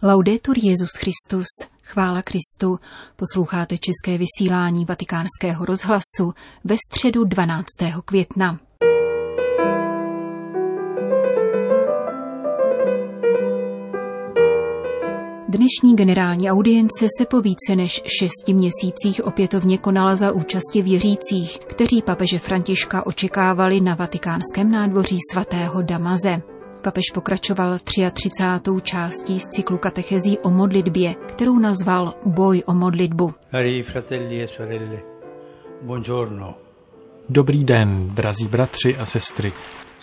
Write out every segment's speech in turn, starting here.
Laudetur Jesus Christus, chvála Kristu. Posloucháte české vysílání Vatikánského rozhlasu ve středu 12. května. Dnešní generální audience se po více než 6 měsících opětovně konala za účasti věřících, kteří papeže Františka očekávali na vatikánském nádvoří svatého Damaze. Papež pokračoval 33. částí z cyklu katechezí o modlitbě, kterou nazval Boj o modlitbu. Dobrý den, drazí bratři a sestry.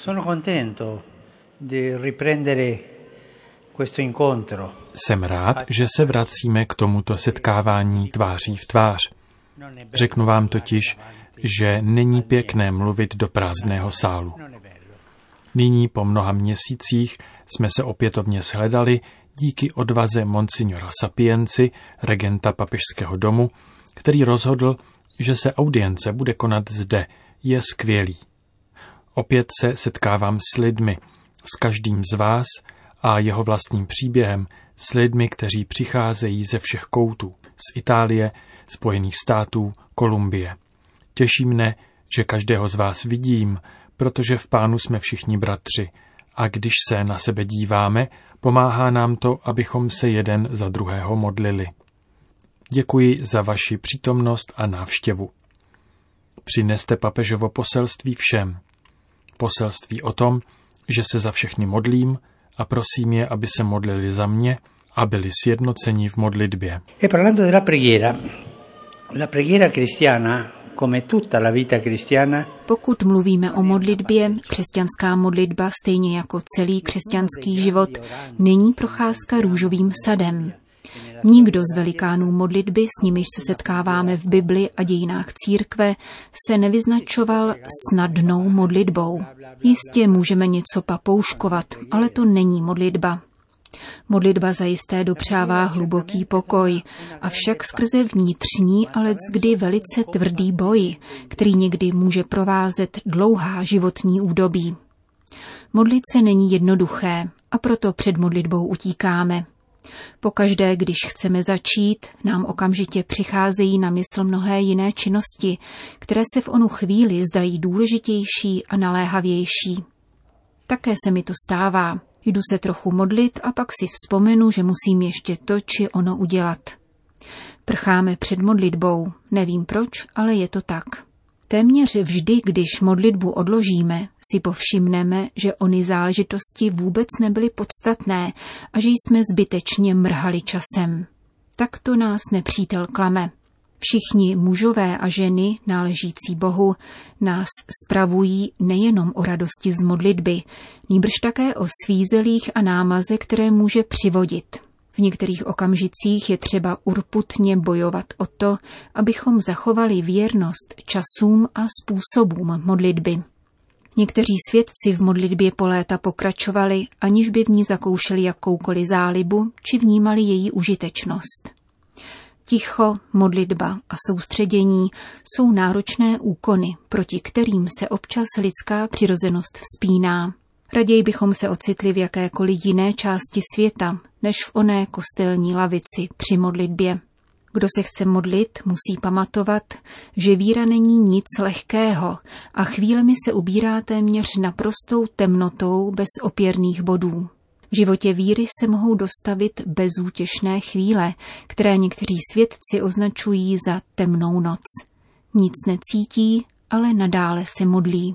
Jsem rád, že se vracíme k tomuto setkávání tváří v tvář. Řeknu vám totiž, že není pěkné mluvit do prázdného sálu. Nyní po mnoha měsících jsme se opětovně shledali díky odvaze monsignora Sapienzi, regenta papežského domu, který rozhodl, že se audience bude konat zde. Je skvělý. Opět se setkávám s lidmi, s každým z vás a jeho vlastním příběhem, s lidmi, kteří přicházejí ze všech koutů, z Itálie, Spojených států, Kolumbie. Těší mne, že každého z vás vidím, protože v Pánu jsme všichni bratři a když se na sebe díváme, pomáhá nám to, abychom se jeden za druhého modlili. Děkuji za vaši přítomnost a návštěvu. Přineste papežovo poselství všem. Poselství o tom, že se za všechny modlím a prosím je, aby se modlili za mě a byli sjednoceni v modlitbě. La preghiera cristiana, come tutta la vita cristiana, pokud mluvíme o modlitbě, křesťanská modlitba, stejně jako celý křesťanský život, není procházka růžovým sadem. Nikdo z velikánů modlitby, s nimiž se setkáváme v Bibli a dějinách církve, se nevyznačoval snadnou modlitbou. Jistě můžeme něco papouškovat, ale to není modlitba. Modlitba zajisté dopřává hluboký pokoj, avšak skrze vnitřní, ale kdy velice tvrdý boj, který někdy může provázet dlouhá životní údobí. Modlit se není jednoduché a proto před modlitbou utíkáme. Pokaždé, když chceme začít, nám okamžitě přicházejí na mysl mnohé jiné činnosti, které se v onu chvíli zdají důležitější a naléhavější. Také se mi to stává. Jdu se trochu modlit a pak si vzpomenu, že musím ještě to či ono udělat. Prcháme před modlitbou, nevím proč, ale je to tak. Téměř vždy, když modlitbu odložíme, si povšimneme, že ony záležitosti vůbec nebyly podstatné a že jsme zbytečně mrhali časem. Takto nás nepřítel klame. Všichni mužové a ženy, náležící Bohu, nás spravují nejenom o radosti z modlitby, nýbrž také o svízelích a námaze, které může přivodit. V některých okamžicích je třeba urputně bojovat o to, abychom zachovali věrnost časům a způsobům modlitby. Někteří svědci v modlitbě po léta pokračovali, aniž by v ní zakoušeli jakoukoliv zálibu či vnímali její užitečnost. Ticho, modlitba a soustředění jsou náročné úkony, proti kterým se občas lidská přirozenost vzpíná. Raději bychom se ocitli v jakékoliv jiné části světa, než v oné kostelní lavici při modlitbě. Kdo se chce modlit, musí pamatovat, že víra není nic lehkého a chvílemi se ubírá téměř naprostou temnotou bez opěrných bodů. V životě víry se mohou dostavit bezútěšné chvíle, které někteří svědci označují za temnou noc. Nic necítí, ale nadále se modlí.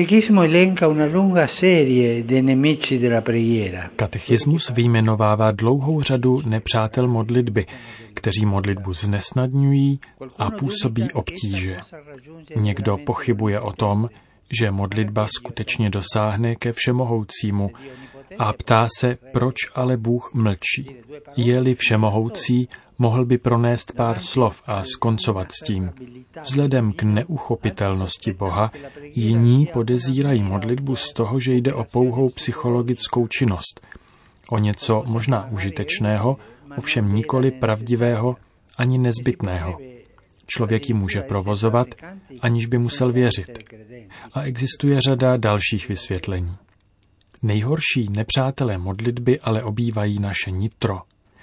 Katechismus vyjmenovává dlouhou řadu nepřátel modlitby, kteří modlitbu znesnadňují a působí obtíže. Někdo pochybuje o tom, že modlitba skutečně dosáhne ke všemohoucímu a ptá se, proč ale Bůh mlčí. Je-li všemohoucí, mohl by pronést pár slov a skoncovat s tím. Vzhledem k neuchopitelnosti Boha jiní podezírají modlitbu z toho, že jde o pouhou psychologickou činnost. O něco možná užitečného, ovšem nikoli pravdivého ani nezbytného. Člověk ji může provozovat, aniž by musel věřit. A existuje řada dalších vysvětlení. Nejhorší nepřátelé modlitby ale obývají naše nitro.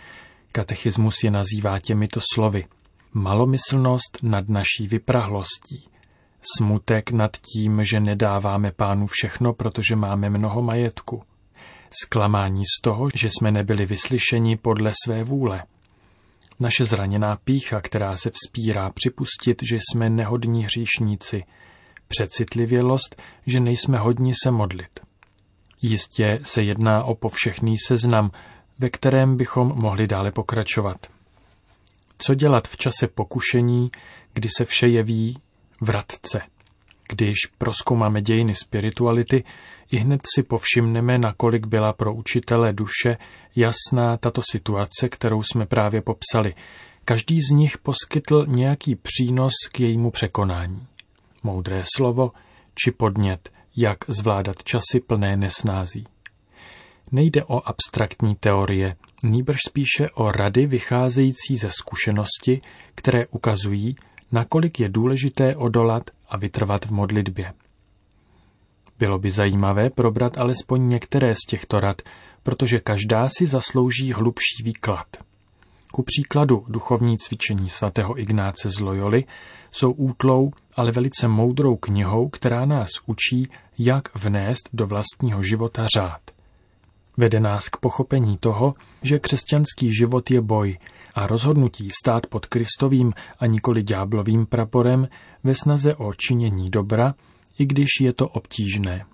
Katechismus je nazývá těmito slovy: malomyslnost nad naší vyprahlostí, smutek nad tím, že nedáváme Pánu všechno, protože máme mnoho majetku, zklamání z toho, že jsme nebyli vyslyšeni podle své vůle, naše zraněná pýcha, která se vzpírá připustit, že jsme nehodní hříšníci, přecitlivělost, že nejsme hodni se modlit. Jistě se jedná o povšechný seznam, ve kterém bychom mohli dále pokračovat. Co dělat v čase pokušení, kdy se vše jeví vratce? Když prozkoumáme dějiny spirituality, ihned si povšimneme, nakolik byla pro učitele duše jasná tato situace, kterou jsme právě popsali. Každý z nich poskytl nějaký přínos k jejímu překonání. Moudré slovo či podnět, jak zvládat časy plné nesnází. Nejde o abstraktní teorie, nýbrž spíše o rady vycházející ze zkušenosti, které ukazují, nakolik je důležité odolat a vytrvat v modlitbě. Bylo by zajímavé probrat alespoň některé z těchto rad, protože každá si zaslouží hlubší výklad. Ku příkladu duchovní cvičení svatého Ignáce z Loyoly jsou útlou, ale velice moudrou knihou, která nás učí, jak vnést do vlastního života řád. Vede nás k pochopení toho, že křesťanský život je boj a rozhodnutí stát pod Kristovým a nikoli ďáblovým praporem ve snaze o činění dobra, i když je to obtížné.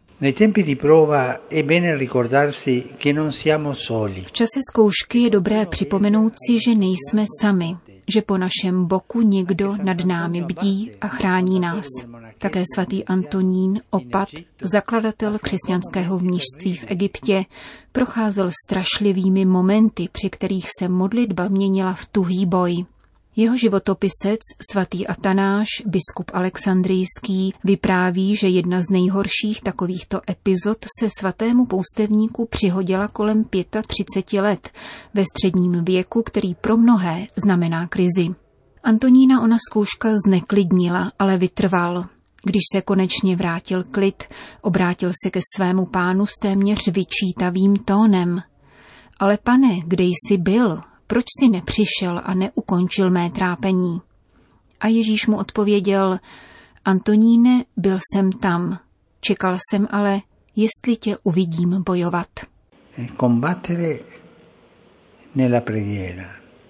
V čase zkoušky je dobré připomenout si, že nejsme sami, že po našem boku někdo nad námi bdí a chrání nás. Také svatý Antonín, opat, zakladatel křesťanského mnišství v Egyptě, procházel strašlivými momenty, při kterých se modlitba měnila v tuhý boj. Jeho životopisec, svatý Atanáš, biskup alexandrijský, vypráví, že jedna z nejhorších takovýchto epizod se svatému poustevníku přihodila kolem 35 let, ve středním věku, který pro mnohé znamená krizi. Antonína ona zkouška zneklidnila, ale vytrval. Když se konečně vrátil klid, obrátil se ke svému Pánu s téměř vyčítavým tónem. Ale pane, kde jsi byl? Proč jsi nepřišel a neukončil mé trápení? A Ježíš mu odpověděl: Antoníne, byl jsem tam. Čekal jsem ale, jestli tě uvidím bojovat. Combattere nella preghiera.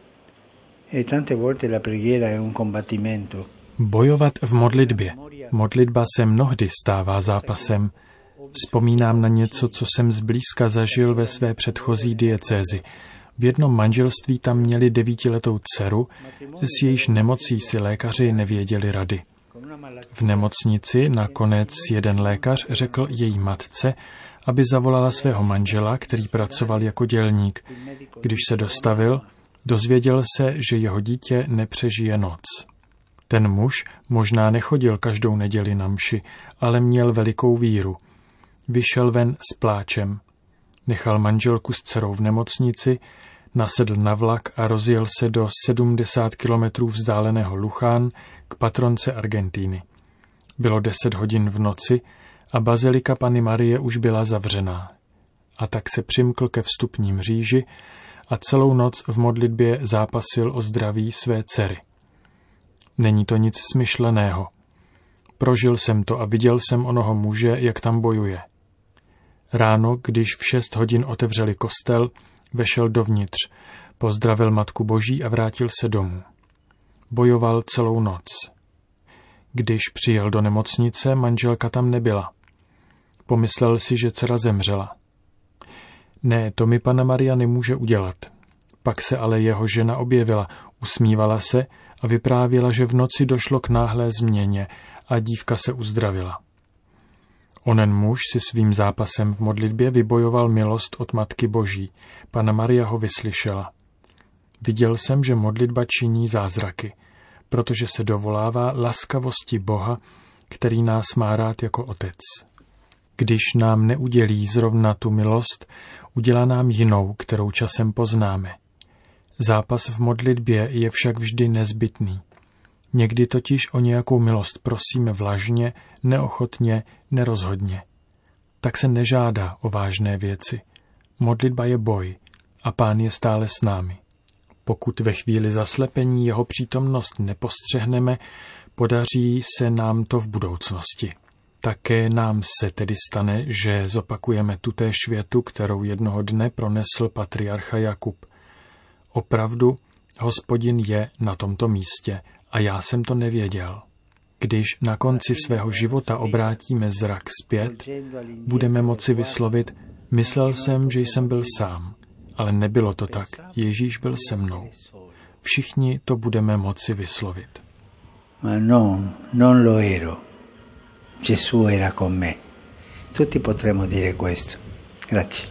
E tante volte la preghiera è un combattimento. Bojovat v modlitbě. Modlitba se mnohdy stává zápasem. Vzpomínám na něco, co jsem zblízka zažil ve své předchozí diecézi. V jednom manželství tam měli 9letou dceru, s jejíž nemocí si lékaři nevěděli rady. V nemocnici nakonec jeden lékař řekl její matce, aby zavolala svého manžela, který pracoval jako dělník. Když se dostavil, dozvěděl se, že jeho dítě nepřežije noc. Ten muž možná nechodil každou neděli na mši, ale měl velikou víru. Vyšel ven s pláčem. Nechal manželku s dcerou v nemocnici, nasedl na vlak a rozjel se do 70 kilometrů vzdáleného Luchán k patronce Argentíny. Bylo 10 hodin v noci a bazilika Panny Marie už byla zavřená. A tak se přimkl ke vstupní mříži a celou noc v modlitbě zápasil o zdraví své dcery. Není to nic smyšleného. Prožil jsem to a viděl jsem onoho muže, jak tam bojuje. Ráno, když v 6 hodin otevřeli kostel, vešel dovnitř, pozdravil Matku Boží a vrátil se domů. Bojoval celou noc. Když přijel do nemocnice, manželka tam nebyla. Pomyslel si, že dcera zemřela. Ne, to mi Panna Maria nemůže udělat. Pak se ale jeho žena objevila, usmívala se a vyprávěla, že v noci došlo k náhlé změně a dívka se uzdravila. Onen muž si svým zápasem v modlitbě vybojoval milost od Matky Boží. Panna Maria ho vyslyšela. Viděl jsem, že modlitba činí zázraky, protože se dovolává laskavosti Boha, který nás má rád jako otec. Když nám neudělí zrovna tu milost, udělá nám jinou, kterou časem poznáme. Zápas v modlitbě je však vždy nezbytný. Někdy totiž o nějakou milost prosíme vlažně, neochotně, nerozhodně. Tak se nežádá o vážné věci. Modlitba je boj a Pán je stále s námi. Pokud ve chvíli zaslepení jeho přítomnost nepostřehneme, podaří se nám to v budoucnosti. Také nám se tedy stane, že zopakujeme tutéž větu, kterou jednoho dne pronesl patriarcha Jakub. Opravdu, Hospodin je na tomto místě a já jsem to nevěděl. Když na konci svého života obrátíme zrak zpět, budeme moci vyslovit: myslel jsem, že jsem byl sám, ale nebylo to tak, Ježíš byl se mnou. Všichni to budeme moci vyslovit. Ma non lo ero. Gesù era con me. Tutti potremmo dire questo. Grazie.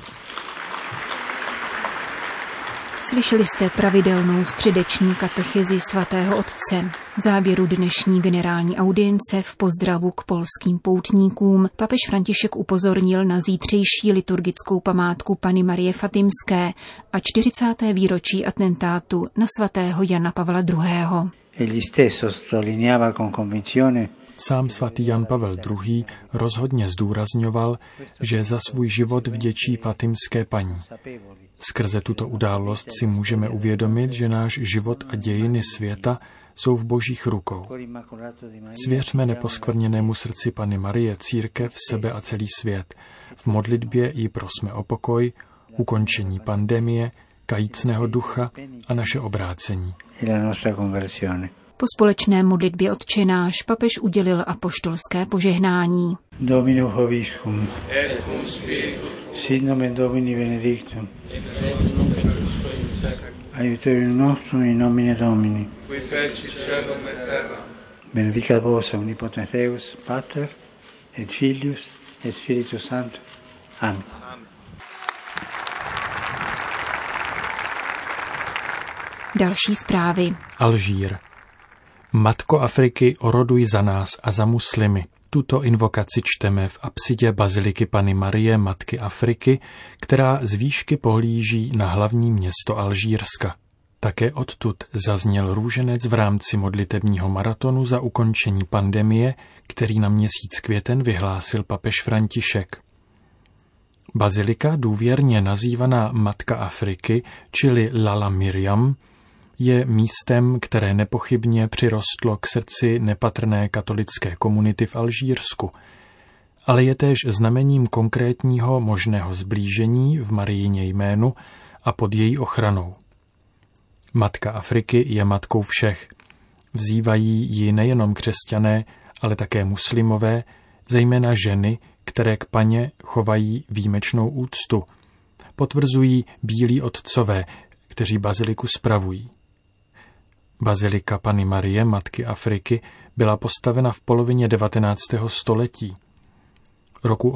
Slyšeli jste pravidelnou středeční katechezi svatého otce. V závěru dnešní generální audience v pozdravu k polským poutníkům papež František upozornil na zítřejší liturgickou památku Panny Marie Fatimské a 40. výročí atentátu na svatého Jana Pavla II. Egli stesso sottolineava con convinzione. Sám svatý Jan Pavel II. Rozhodně zdůrazňoval, že za svůj život vděčí Fatimské paní. Skrze tuto událost si můžeme uvědomit, že náš život a dějiny světa jsou v Božích rukou. Svěřme neposkvrněnému srdci Panny Marie církev, sebe a celý svět. V modlitbě jí prosme o pokoj, ukončení pandemie, kajícného ducha a naše obrácení. Po společné modlitbě Otčenáš papež udělil apoštolské požehnání. Domino Hoviscum, et cum spiritu, sit nomen Domini benedictum, aiuterium nostrum in nomine Domini, qui feci caelum et terra. Benedicat vos omnipotens Deus, Pater, et Filius, et Spiritus Sanctus. Amen. Další zprávy. Alžír. Matko Afriky, oroduj za nás a za muslimy. Tuto invokaci čteme v apsidě baziliky Panny Marie, Matky Afriky, která z výšky pohlíží na hlavní město Alžírska. Také odtud zazněl růženec v rámci modlitebního maratonu za ukončení pandemie, který na měsíc květen vyhlásil papež František. Bazilika, důvěrně nazývaná Matka Afriky, čili Lala Miriam, je místem, které nepochybně přirostlo k srdci nepatrné katolické komunity v Alžírsku, ale je též znamením konkrétního možného zblížení v Marijině jménu a pod její ochranou. Matka Afriky je matkou všech. Vzývají ji nejenom křesťané, ale také muslimové, zejména ženy, které k Paně chovají výjimečnou úctu. Potvrzují bílí otcové, kteří baziliku spravují. Bazilika Panny Marie, Matky Afriky, byla postavena v polovině 19. století. Roku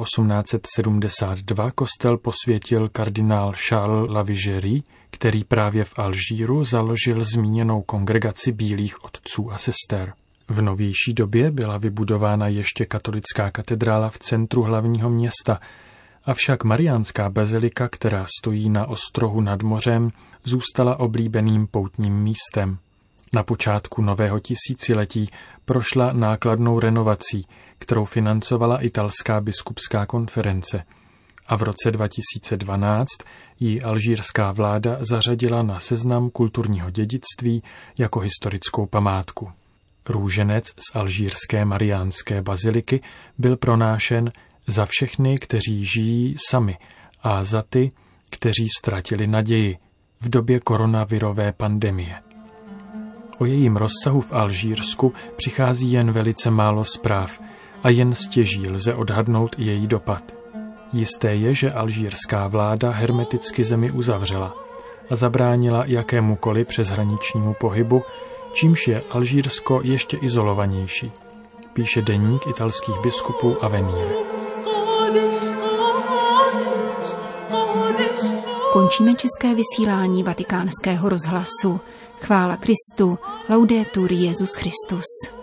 1872 kostel posvětil kardinál Charles Lavigéry, který právě v Alžíru založil zmíněnou kongregaci bílých otců a sester. V novější době byla vybudována ještě katolická katedrála v centru hlavního města, avšak mariánská bazilika, která stojí na ostrohu nad mořem, zůstala oblíbeným poutním místem. Na počátku nového tisíciletí prošla nákladnou renovací, kterou financovala italská biskupská konference, a v roce 2012 ji alžírská vláda zařadila na seznam kulturního dědictví jako historickou památku. Růženec z alžírské mariánské baziliky byl pronášen za všechny, kteří žijí sami, a za ty, kteří ztratili naději v době koronavirové pandemie. O jejím rozsahu v Alžírsku přichází jen velice málo zpráv a jen stěží lze odhadnout její dopad. Jisté je, že alžírská vláda hermeticky zemi uzavřela a zabránila jakémukoliv přeshraničnímu pohybu, čímž je Alžírsko ještě izolovanější, píše deník italských biskupů Avenir. Končíme české vysílání Vatikánského rozhlasu. Chvála Kristu, laudetur Jesus Christus.